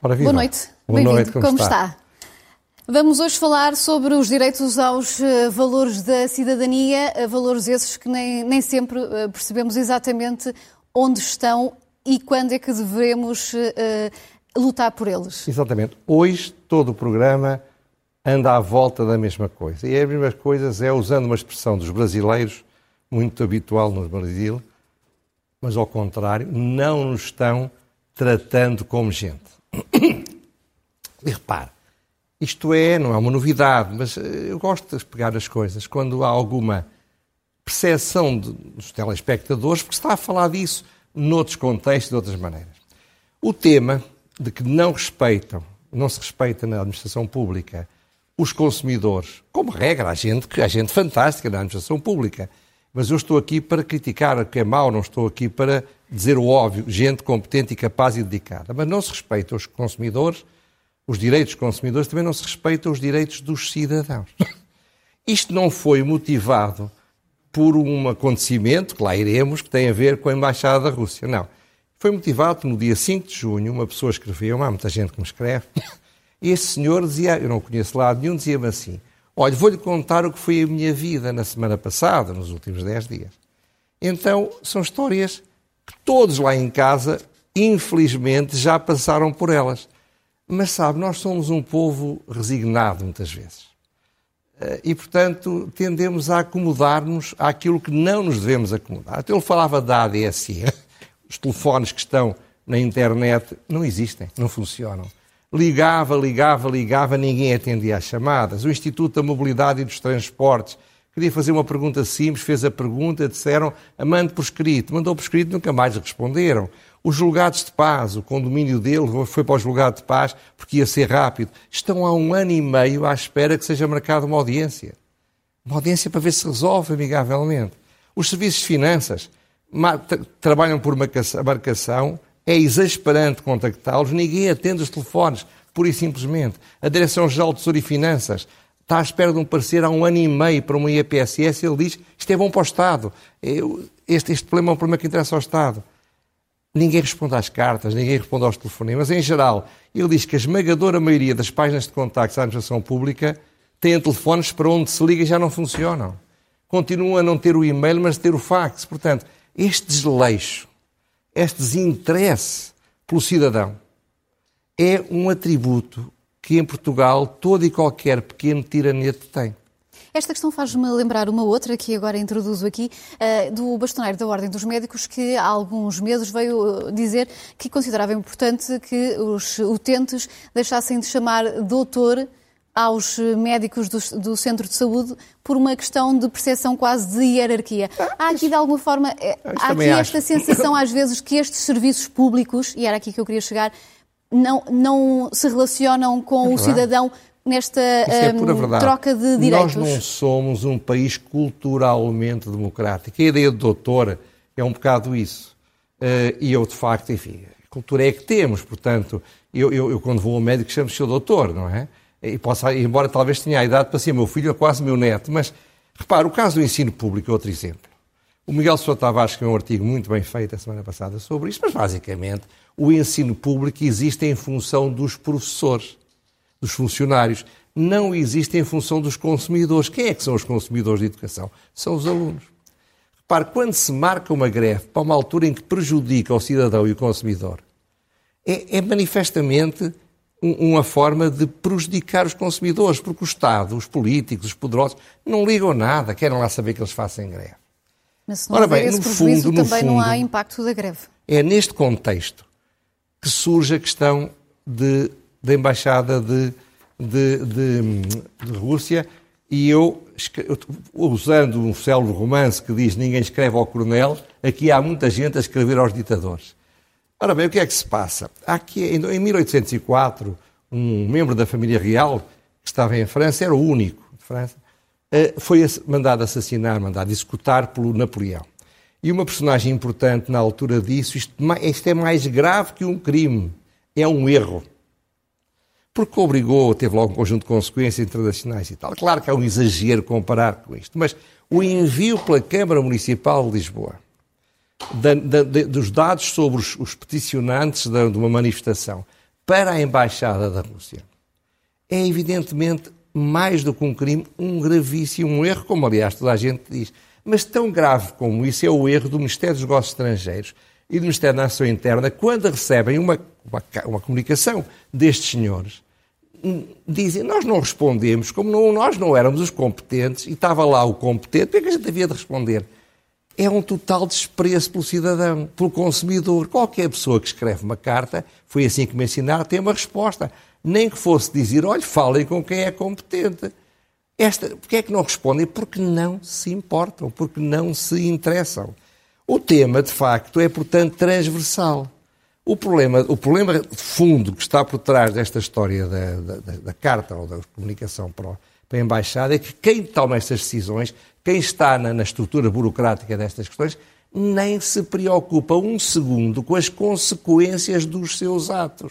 Ora, viva. Boa noite. Boa noite, Bem-vindo. Como está? Vamos hoje falar sobre os direitos aos valores da cidadania, valores esses que nem sempre percebemos exatamente onde estão e quando é que devemos lutar por eles. Exatamente. Hoje todo o programa anda à volta da mesma coisa. E a mesma coisa é usando uma expressão dos brasileiros, muito habitual no Brasil, mas ao contrário, não nos estão tratando como gente. E repare, isto não é uma novidade, mas eu gosto de pegar as coisas quando há alguma percepção dos telespectadores, porque se está a falar disso noutros contextos, de outras maneiras. O tema de que não se respeita na administração pública os consumidores, como regra, há gente fantástica na administração pública, mas eu estou aqui para criticar o que é mau, não estou aqui para dizer o óbvio, gente competente e capaz e dedicada, mas não se respeita os consumidores, os direitos dos consumidores, também não se respeitam os direitos dos cidadãos. Isto não foi motivado por um acontecimento, que lá iremos, que tem a ver com a Embaixada da Rússia, não. Foi motivado no dia 5 de junho, uma pessoa escreveu, há muita gente que me escreve, e esse senhor dizia, eu não conheço lado nenhum, dizia-me assim, olha, vou-lhe contar o que foi a minha vida na semana passada, nos últimos 10 dias. Então, são histórias que todos lá em casa, infelizmente, já passaram por elas. Mas, sabe, nós somos um povo resignado, muitas vezes. E, portanto, tendemos a acomodar-nos àquilo que não nos devemos acomodar. Até ele falava da ADSE. Os telefones que estão na internet não existem, não funcionam. Ligava, ninguém atendia às chamadas. O Instituto da Mobilidade e dos Transportes queria fazer uma pergunta simples, fez a pergunta, disseram, mande por escrito. Mandou por escrito, nunca mais responderam. Os julgados de paz, o condomínio dele foi para o julgado de paz porque ia ser rápido. Estão há 1 ano e meio à espera que seja marcada uma audiência. Uma audiência para ver se resolve amigavelmente. Os serviços de finanças trabalham por marcação, é exasperante contactá-los, ninguém atende os telefones, pura e simplesmente. A Direção-Geral de Tesouro e Finanças está à espera de um parecer há 1 ano e meio para uma IPSS, ele diz, isto é bom para o Estado, este problema é um problema que interessa ao Estado. Ninguém responde às cartas, ninguém responde aos telefonemas. Em geral, ele diz que a esmagadora maioria das páginas de contactos da administração pública têm telefones para onde se liga e já não funcionam. Continuam a não ter o e-mail, mas ter o fax. Portanto, este desleixo, este desinteresse pelo cidadão é um atributo que em Portugal todo e qualquer pequeno tiranete tem. Esta questão faz-me lembrar uma outra, que agora introduzo aqui, do bastonário da Ordem dos Médicos, que há alguns meses veio dizer que considerava importante que os utentes deixassem de chamar doutor aos médicos do centro de saúde por uma questão de percepção quase de hierarquia. Há aqui, de alguma forma, há aqui esta sensação às vezes que estes serviços públicos, e era aqui que eu queria chegar, não se relacionam com o cidadão nesta troca de direitos. Nós não somos um país culturalmente democrático. A ideia do doutor é um bocado isso. E eu, de facto, enfim, a cultura é que temos. Portanto, eu quando vou ao médico, chamo-me seu doutor, não é? E embora talvez tenha a idade para ser meu filho, é quase meu neto. Mas, repare, o caso do ensino público é outro exemplo. O Miguel Sousa Tavares escreveu um artigo muito bem feito a semana passada sobre isto, mas, basicamente, o ensino público existe em função dos professores, dos funcionários, não existe em função dos consumidores. Quem é que são os consumidores de educação? São os alunos. Repare, quando se marca uma greve para uma altura em que prejudica o cidadão e o consumidor, é manifestamente uma forma de prejudicar os consumidores, porque o Estado, os políticos, os poderosos, não ligam nada, querem lá saber que eles façam greve. Mas se não houver esse prejuízo, também não há impacto da greve. É neste contexto que surge a questão da Embaixada de Rússia, e eu, usando um célebre romance que diz ninguém escreve ao coronel, aqui há muita gente a escrever aos ditadores. Ora bem, o que é que se passa? Aqui, em 1804, um membro da família real, que estava em França, era o único de França, foi mandado assassinar, mandado executar pelo Napoleão. E uma personagem importante na altura disso, isto é mais grave que um crime, é um erro. Porque teve logo um conjunto de consequências internacionais e tal. Claro que é um exagero comparar com isto, mas o envio pela Câmara Municipal de Lisboa dos dados sobre os peticionantes de uma manifestação para a Embaixada da Rússia é evidentemente mais do que um crime, um gravíssimo erro, como aliás toda a gente diz. Mas tão grave como isso é o erro do Ministério dos Negócios Estrangeiros e do Ministério da Ação Interna, quando recebem uma comunicação destes senhores, dizem, nós não respondemos, como nós não éramos os competentes, e estava lá o competente, porque é que a gente havia de responder? É um total desprezo pelo cidadão, pelo consumidor. Qualquer pessoa que escreve uma carta, foi assim que me ensinaram, tem uma resposta. Nem que fosse dizer, olha, falem com quem é competente. Porque é que não respondem? Porque não se importam, porque não se interessam. O tema, de facto, é, portanto, transversal. O problema de fundo que está por trás desta história da carta ou da comunicação para a Embaixada é que quem toma estas decisões, quem está na estrutura burocrática destas questões, nem se preocupa um segundo com as consequências dos seus atos.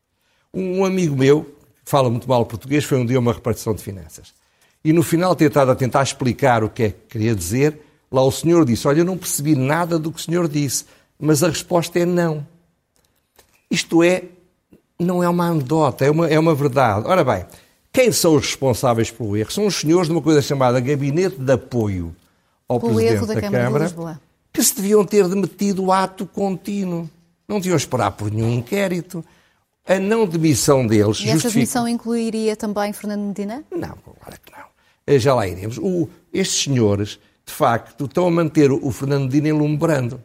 Um amigo meu, que fala muito mal português, foi um dia a uma repartição de finanças. E no final a tentar explicar o que é que queria dizer, lá o senhor disse, olha, eu não percebi nada do que o senhor disse, mas a resposta é não. Isto não é uma anedota, é uma verdade. Ora bem, quem são os responsáveis pelo erro? São os senhores de uma coisa chamada Gabinete de Apoio ao Presidente da Câmara, que se deviam ter demitido o ato contínuo. Não deviam esperar por nenhum inquérito. A não demissão deles... E essa demissão incluiria também Fernando Medina? Não, claro que não. Já lá iremos. Estes senhores, de facto, estão a manter o Fernando Medina enlumbrando.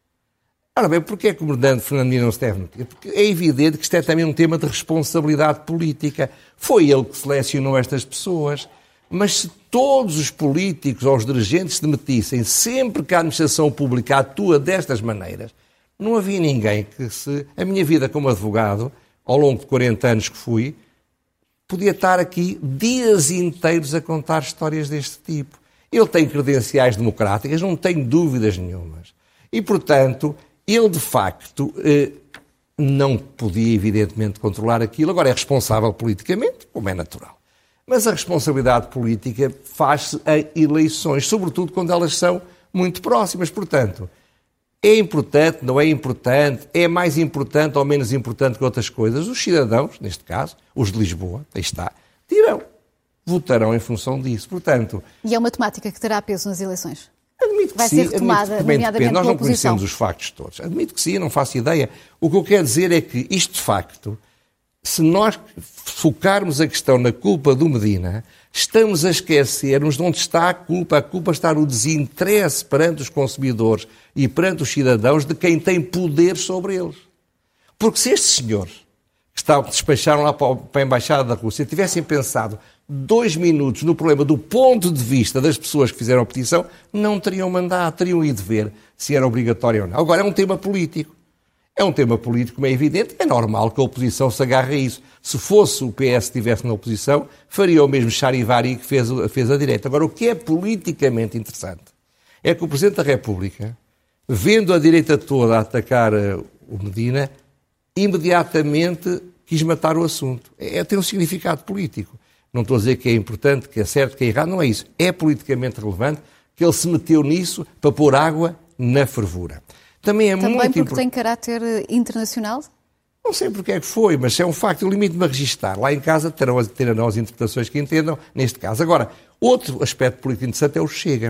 Ora bem, porquê é que o Fernando Medina não se deve meter? Porque é evidente que isto é também um tema de responsabilidade política. Foi ele que selecionou estas pessoas. Mas se todos os políticos ou os dirigentes se demitissem sempre que a administração pública atua destas maneiras, não havia ninguém que A minha vida como advogado, ao longo de 40 anos que fui, podia estar aqui dias inteiros a contar histórias deste tipo. Ele tem credenciais democráticas, não tenho dúvidas nenhumas. E, portanto, ele, de facto, não podia, evidentemente, controlar aquilo. Agora, é responsável politicamente, como é natural. Mas a responsabilidade política faz-se a eleições, sobretudo quando elas são muito próximas. Portanto, é importante, não é importante, é mais importante ou menos importante que outras coisas. Os cidadãos, neste caso, os de Lisboa, aí está, votarão em função disso. Portanto... E é uma temática que terá peso nas eleições? Admito que vai sim, ser retomada, nomeadamente nós pela não conhecemos os factos todos. Admito que sim, não faço ideia. O que eu quero dizer é que isto, de facto, se nós focarmos a questão na culpa do Medina, estamos a esquecermos de onde está a culpa. A culpa está no desinteresse perante os consumidores e perante os cidadãos de quem tem poder sobre eles. Porque se estes senhores que despacharam lá para a Embaixada da Rússia tivessem pensado 2 minutos no problema do ponto de vista das pessoas que fizeram a petição, não teriam mandado, teriam ido ver se era obrigatório ou não. Agora, é um tema político. É um tema político, como é evidente, é normal que a oposição se agarre a isso. Se fosse o PS que estivesse na oposição, faria o mesmo charivari que fez a direita. Agora, o que é politicamente interessante é que o Presidente da República, vendo a direita toda a atacar o Medina, imediatamente quis matar o assunto. Tem um significado político. Não estou a dizer que é importante, que é certo, que é errado, não é isso. É politicamente relevante que ele se meteu nisso para pôr água na fervura. Também porque tem caráter internacional? Não sei porque é que foi, mas é um facto. Eu limito-me a registar. Lá em casa terão as interpretações que entendam, neste caso. Agora, outro aspecto político interessante é o Chega.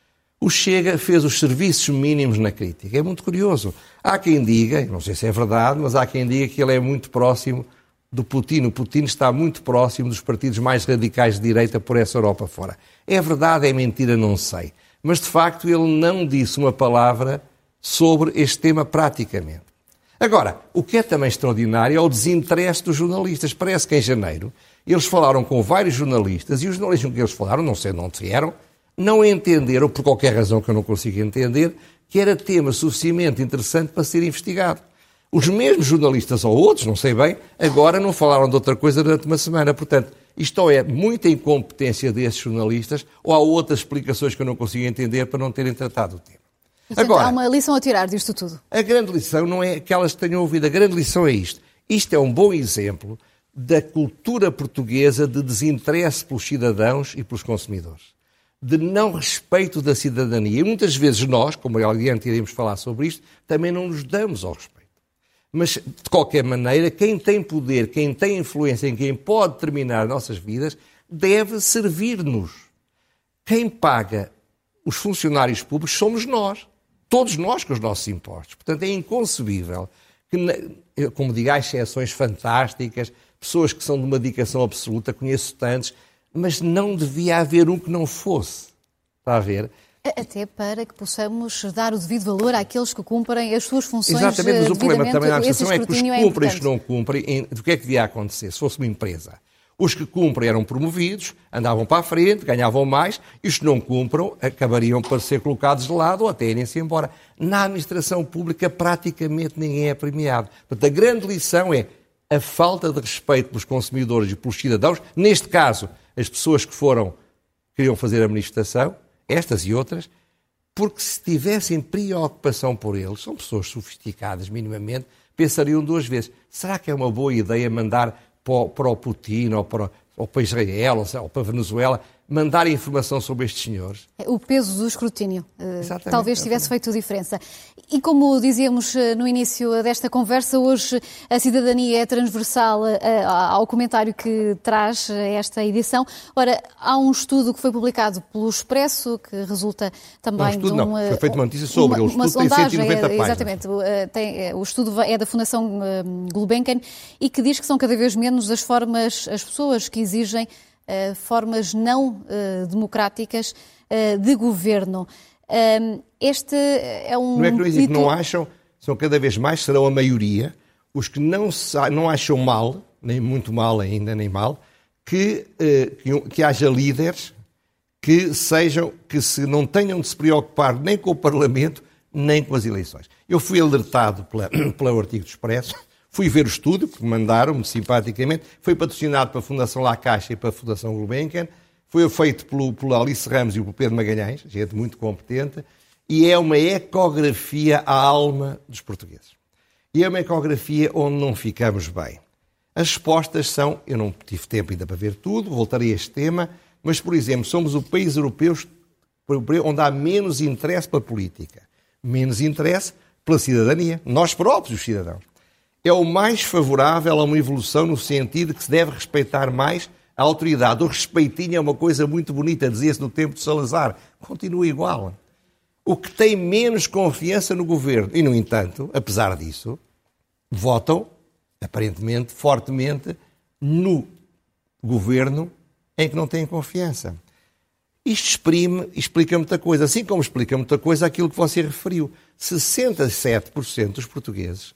O Chega fez os serviços mínimos na crítica. É muito curioso. Há quem diga, não sei se é verdade, mas há quem diga que ele é muito próximo do Putin. O Putin está muito próximo dos partidos mais radicais de direita por essa Europa fora. É verdade, é mentira, não sei. Mas, de facto, ele não disse uma palavra sobre este tema praticamente. Agora, o que é também extraordinário é o desinteresse dos jornalistas. Parece que em janeiro eles falaram com vários jornalistas e os jornalistas com que eles falaram, não sei de onde vieram, não entenderam, por qualquer razão que eu não consigo entender, que era tema suficientemente interessante para ser investigado. Os mesmos jornalistas, ou outros, não sei bem, agora não falaram de outra coisa durante uma semana. Portanto, isto ou é muita incompetência desses jornalistas, ou há outras explicações que eu não consigo entender para não terem tratado o tema. Portanto, agora, há uma lição a tirar disto tudo. A grande lição não é aquelas que tenham ouvido, a grande lição é isto. Isto é um bom exemplo da cultura portuguesa de desinteresse pelos cidadãos e pelos consumidores, de não respeito da cidadania. E muitas vezes nós, como adiante iremos falar sobre isto, também não nos damos ao respeito. Mas, de qualquer maneira, quem tem poder, quem tem influência em quem pode determinar nossas vidas, deve servir-nos. Quem paga os funcionários públicos somos nós. Todos nós com os nossos impostos. Portanto, é inconcebível que, como digo, há exceções fantásticas, pessoas que são de uma dedicação absoluta, conheço tantos, mas não devia haver um que não fosse. Está a ver? Até para que possamos dar o devido valor àqueles que cumprem as suas funções. Exatamente, mas o problema também na administração é que os que cumprem e os que não não cumprem, do que é que devia acontecer se fosse uma empresa? Os que cumprem eram promovidos, andavam para a frente, ganhavam mais, e os que não cumprem acabariam por ser colocados de lado ou até irem-se embora. Na administração pública praticamente ninguém é premiado. Portanto, a grande lição é a falta de respeito pelos consumidores e pelos cidadãos, neste caso, as pessoas que queriam fazer a manifestação, estas e outras, porque se tivessem preocupação por eles, são pessoas sofisticadas minimamente, pensariam duas vezes. Será que é uma boa ideia mandar para o Putin ou para Israel ou para a Venezuela mandar informação sobre estes senhores? O peso do escrutínio talvez tivesse feito diferença. E como dizíamos no início desta conversa, hoje a cidadania é transversal ao comentário que traz esta edição. Ora, há um estudo que foi publicado pelo Expresso, que resulta também foi feita uma notícia sobre ele. O estudo tem 190 páginas. Exatamente. O estudo é da Fundação Gulbenkian e que diz que são cada vez menos as pessoas que exigem formas não democráticas de governo. Este é um... Não é que não existe, não acham, são cada vez mais, serão a maioria, os que não acham mal, nem muito mal ainda, nem mal, que haja líderes que se não tenham de se preocupar nem com o Parlamento, nem com as eleições. Eu fui alertado pelo artigo do Expresso. Fui ver o estudo, porque mandaram-me simpaticamente. Foi patrocinado pela Fundação La Caixa e pela Fundação Gulbenkian. Foi feito pelo Alice Ramos e pelo Pedro Magalhães, gente muito competente. E é uma ecografia à alma dos portugueses. E é uma ecografia onde não ficamos bem. As respostas são... Eu não tive tempo ainda para ver tudo, voltarei a este tema. Mas, por exemplo, somos o país europeu onde há menos interesse pela política. Menos interesse pela cidadania. Nós próprios, os cidadãos. É o mais favorável a uma evolução no sentido de que se deve respeitar mais a autoridade. O respeitinho é uma coisa muito bonita, dizia-se no tempo de Salazar. Continua igual. O que tem menos confiança no governo, e no entanto, apesar disso, votam, aparentemente, fortemente, no governo em que não têm confiança. Isto explica muita coisa, assim como explica muita coisa aquilo que você referiu. 67% dos portugueses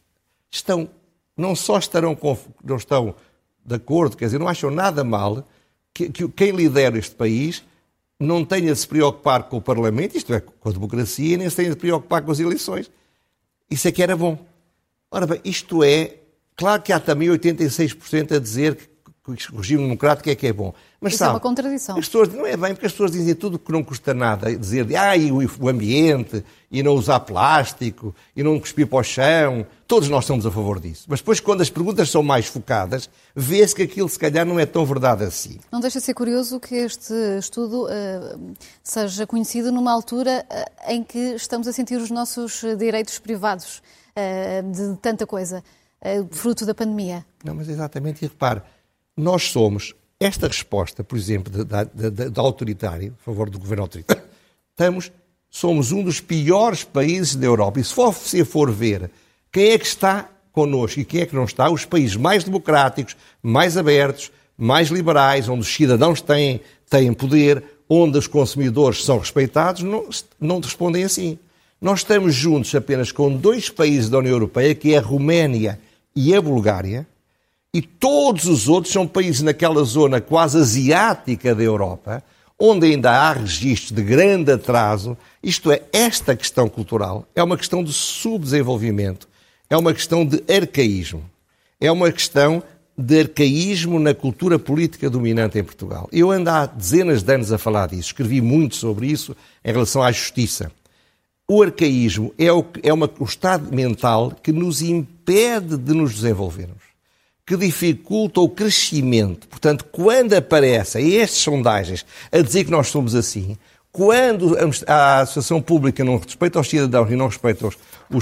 não estão de acordo, quer dizer, não acham nada mal que quem lidera este país não tenha de se preocupar com o Parlamento, isto é, com a democracia, nem se tenha de preocupar com as eleições. Isso é que era bom. Ora bem, isto é... Claro que há também 86% a dizer que o regime democrático é que é bom. Mas isso é uma contradição. As pessoas, não é bem, porque as pessoas dizem tudo que não custa nada. Dizer, e o ambiente, e não usar plástico, e não cuspir para o chão. Todos nós estamos a favor disso. Mas depois, quando as perguntas são mais focadas, vê-se que aquilo, se calhar, não é tão verdade assim. Não deixa de ser curioso que este estudo seja conhecido numa altura em que estamos a sentir os nossos direitos privados de tanta coisa, fruto da pandemia. Não, mas exatamente. E repare, nós somos... Esta resposta, por exemplo, da autoritário, a favor do governo autoritário, somos um dos piores países da Europa. E se você for ver quem é que está connosco e quem é que não está, os países mais democráticos, mais abertos, mais liberais, onde os cidadãos têm poder, onde os consumidores são respeitados, não respondem assim. Nós estamos juntos apenas com dois países da União Europeia, que é a Roménia e a Bulgária, e todos os outros são países naquela zona quase asiática da Europa, onde ainda há registros de grande atraso. Isto é, esta questão cultural é uma questão de subdesenvolvimento, é uma questão de arcaísmo, é uma questão de arcaísmo na cultura política dominante em Portugal. Eu ando há dezenas de anos a falar disso, escrevi muito sobre isso em relação à justiça. O arcaísmo é o estado mental que nos impede de nos desenvolvermos, que dificulta o crescimento. Portanto, quando aparecem estas sondagens a dizer que nós somos assim, quando a administração pública não respeita os cidadãos e não respeita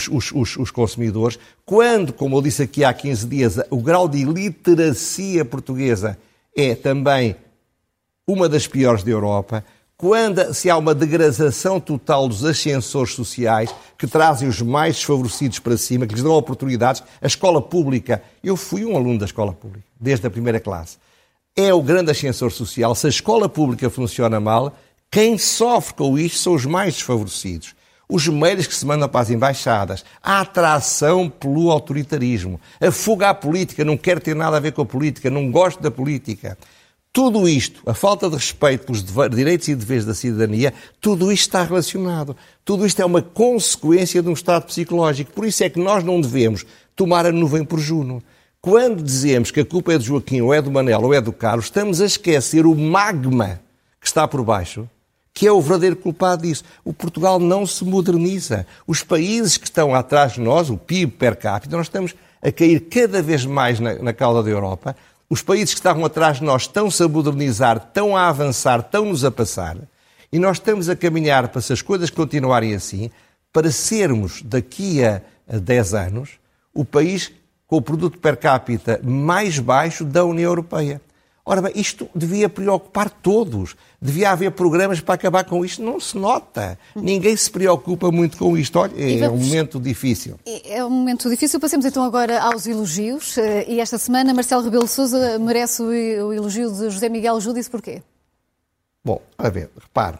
os consumidores, quando, como eu disse aqui há 15 dias, o grau de iliteracia portuguesa é também uma das piores da Europa, quando se há uma degradação total dos ascensores sociais que trazem os mais desfavorecidos para cima, que lhes dão oportunidades, a escola pública, eu fui um aluno da escola pública, desde a primeira classe, é o grande ascensor social. Se a escola pública funciona mal, quem sofre com isto são os mais desfavorecidos. Os meios que se mandam para as embaixadas, a atração pelo autoritarismo, a fuga à política, não quero ter nada a ver com a política, não gosto da política. Tudo isto, a falta de respeito pelos direitos e deveres da cidadania, tudo isto está relacionado. Tudo isto é uma consequência de um estado psicológico. Por isso é que nós não devemos tomar a nuvem por Juno. Quando dizemos que a culpa é do Joaquim, ou é do Manel, ou é do Carlos, estamos a esquecer o magma que está por baixo, que é o verdadeiro culpado disso. O Portugal não se moderniza. Os países que estão atrás de nós, o PIB per capita, nós estamos a cair cada vez mais na cauda da Europa. Os países que estavam atrás de nós estão-se a modernizar, estão a avançar, estão-nos a passar. E nós estamos a caminhar para, se as coisas continuarem assim, para sermos, daqui a 10 anos, o país com o produto per capita mais baixo da União Europeia. Ora bem, isto devia preocupar todos. Devia haver programas para acabar com isto. Não se nota. Ninguém se preocupa muito com isto. Olha, é um momento difícil. É um momento difícil. Passemos então agora aos elogios. E esta semana Marcelo Rebelo de Sousa merece o elogio de José Miguel Júdice. Porquê? Bom, a ver, repare.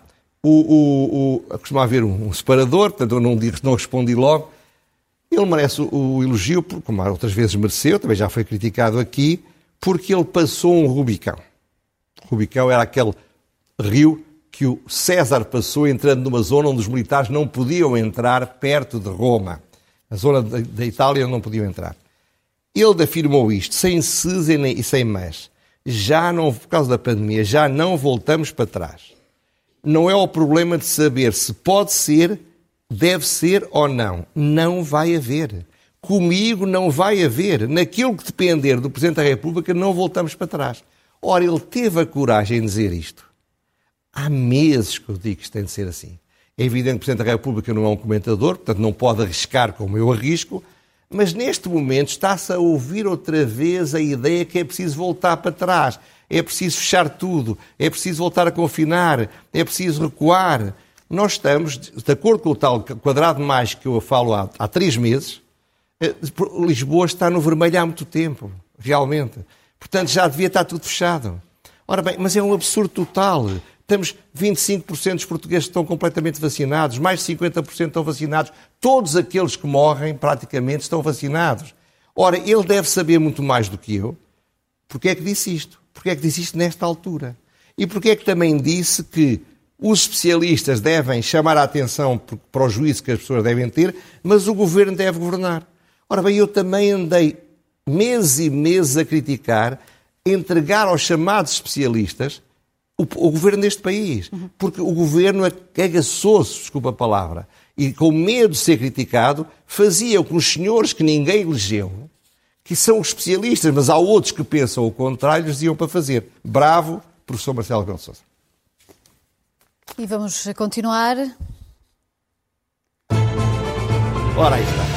Costuma haver um separador, portanto eu não respondi logo. Ele merece o elogio, como outras vezes mereceu, também já foi criticado aqui, porque ele passou um Rubicão. O Rubicão era aquele rio que o César passou entrando numa zona onde os militares não podiam entrar perto de Roma. A zona da Itália não podiam entrar. Ele afirmou isto, sem ses e sem mas. Já não, por causa da pandemia, já não voltamos para trás. Não é o problema de saber se pode ser, deve ser ou não. Não vai haver. Comigo não vai haver. Naquilo que depender do Presidente da República, não voltamos para trás. Ora, ele teve a coragem de dizer isto. Há meses que eu digo que isto tem de ser assim. É evidente que o Presidente da República não é um comentador, portanto não pode arriscar como eu arrisco, mas neste momento está-se a ouvir outra vez a ideia que é preciso voltar para trás, é preciso fechar tudo, é preciso voltar a confinar, é preciso recuar. Nós estamos, de acordo com o tal quadrado mais que eu falo há 3 meses, Lisboa está no vermelho há muito tempo, realmente. Portanto, já devia estar tudo fechado. Ora bem, mas é um absurdo total. Temos 25% dos portugueses que estão completamente vacinados, mais de 50% estão vacinados. Todos aqueles que morrem, praticamente, estão vacinados. Ora, ele deve saber muito mais do que eu. Porquê é que disse isto? Porquê é que disse isto nesta altura? E porquê é que também disse que os especialistas devem chamar a atenção para o juízo que as pessoas devem ter, mas o governo deve governar? Ora bem, eu também andei meses e meses a criticar, entregar aos chamados especialistas o governo deste país. Porque o governo agaçou-se, desculpa a palavra, e com medo de ser criticado, fazia o que os senhores que ninguém elegeu, que são os especialistas, mas há outros que pensam o contrário, lhes diziam para fazer. Bravo, professor Marcelo Rebelo de Sousa. E vamos continuar. Ora, aí está.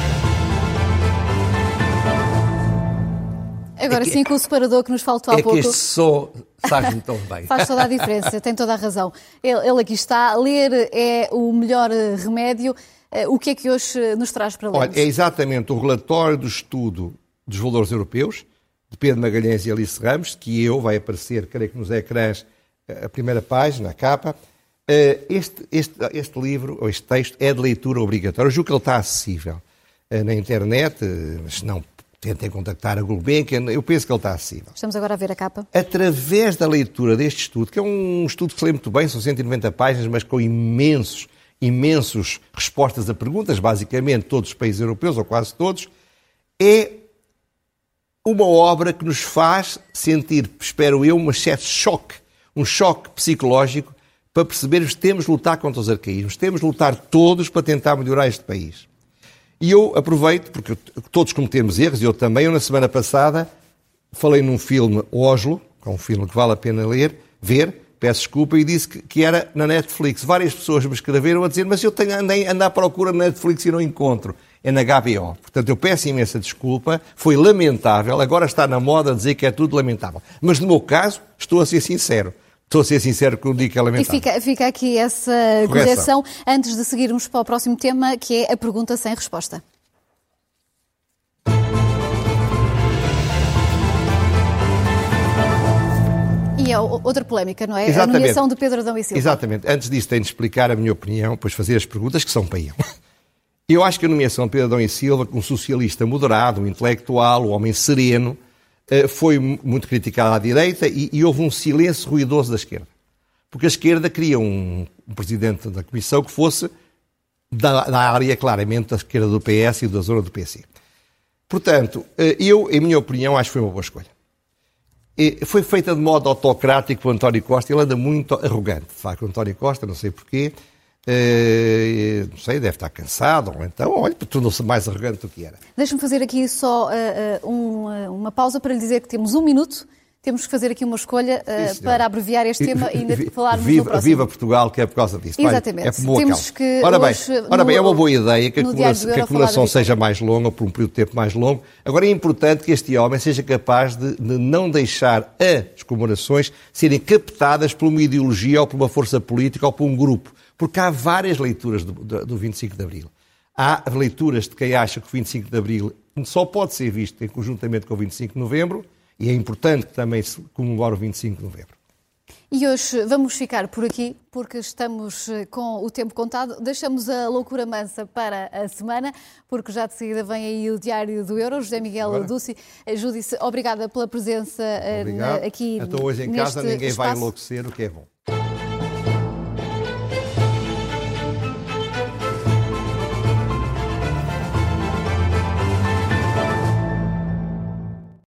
Agora sim, com o separador que nos faltou há pouco. É que este só faz-me tão bem. Faz toda a diferença, tem toda a razão. Ele aqui está. Ler é o melhor remédio. O que é que hoje nos traz para ler? Olha, é exatamente o relatório do estudo dos valores europeus, de Pedro Magalhães e Alice Ramos, que vai aparecer, creio que nos ecrãs, a primeira página, a capa. Este livro, ou este texto, é de leitura obrigatória. Eu julgo que ele está acessível na internet, mas não tentem contactar a Gulbenkian, eu penso que ele está acessível. Estamos agora a ver a capa. Através da leitura deste estudo, que é um estudo que se lê muito bem, são 190 páginas, mas com imensos respostas a perguntas, basicamente todos os países europeus, ou quase todos, é uma obra que nos faz sentir, espero eu, um certo choque, um choque psicológico, para percebermos que temos de lutar contra os arcaísmos, temos de lutar todos para tentar melhorar este país. E eu aproveito, porque todos cometemos erros, eu também. Eu, na semana passada, falei num filme, Oslo, que é um filme que vale a pena ver, peço desculpa, e disse que era na Netflix. Várias pessoas me escreveram a dizer, mas eu ando à procura na Netflix e não encontro. É na HBO. Portanto, eu peço imensa desculpa, foi lamentável, agora está na moda dizer que é tudo lamentável. Mas no meu caso, estou a ser sincero. Estou a ser sincero quando digo que é lamentável. E fica aqui essa correção antes de seguirmos para o próximo tema, que é a pergunta sem resposta. E é outra polémica, não é? Exatamente. A nomeação de Pedro Adão e Silva. Exatamente. Antes disso, tenho de explicar a minha opinião, depois fazer as perguntas que são para ele. Eu acho que a nomeação de Pedro Adão e Silva, como socialista moderado, um intelectual, um homem sereno, foi muito criticada à direita e houve um silêncio ruidoso da esquerda. Porque a esquerda queria um presidente da Comissão que fosse da área, claramente, da esquerda do PS e da zona do PC. Portanto, eu, em minha opinião, acho que foi uma boa escolha. Foi feita de modo autocrático por António Costa, ele anda muito arrogante. De facto, António Costa, não sei porquê, não sei, deve estar cansado, ou então, olha, tornou-se mais arrogante do que era. Deixa-me fazer aqui só uma pausa para lhe dizer que temos 1 minuto. Temos que fazer aqui uma escolha para abreviar este tema e ainda falarmos no próximo. Viva Portugal, que é por causa disso. Exatamente. É por boa Temos que ora bem, é uma boa ideia que a comemoração seja mais longa, por um período de tempo mais longo. Agora é importante que este homem seja capaz de não deixar as comemorações serem captadas por uma ideologia ou por uma força política ou por um grupo. Porque há várias leituras do 25 de Abril. Há leituras de quem acha que o 25 de Abril só pode ser visto conjuntamente com o 25 de Novembro, e é importante que também se comemore o 25 de Novembro. E hoje vamos ficar por aqui, porque estamos com o tempo contado. Deixamos a loucura mansa para a semana, porque já de seguida vem aí o Diário do Euro. José Miguel Ducci, Júdice, obrigada pela presença aqui. Então hoje em casa ninguém vai enlouquecer, o que é bom.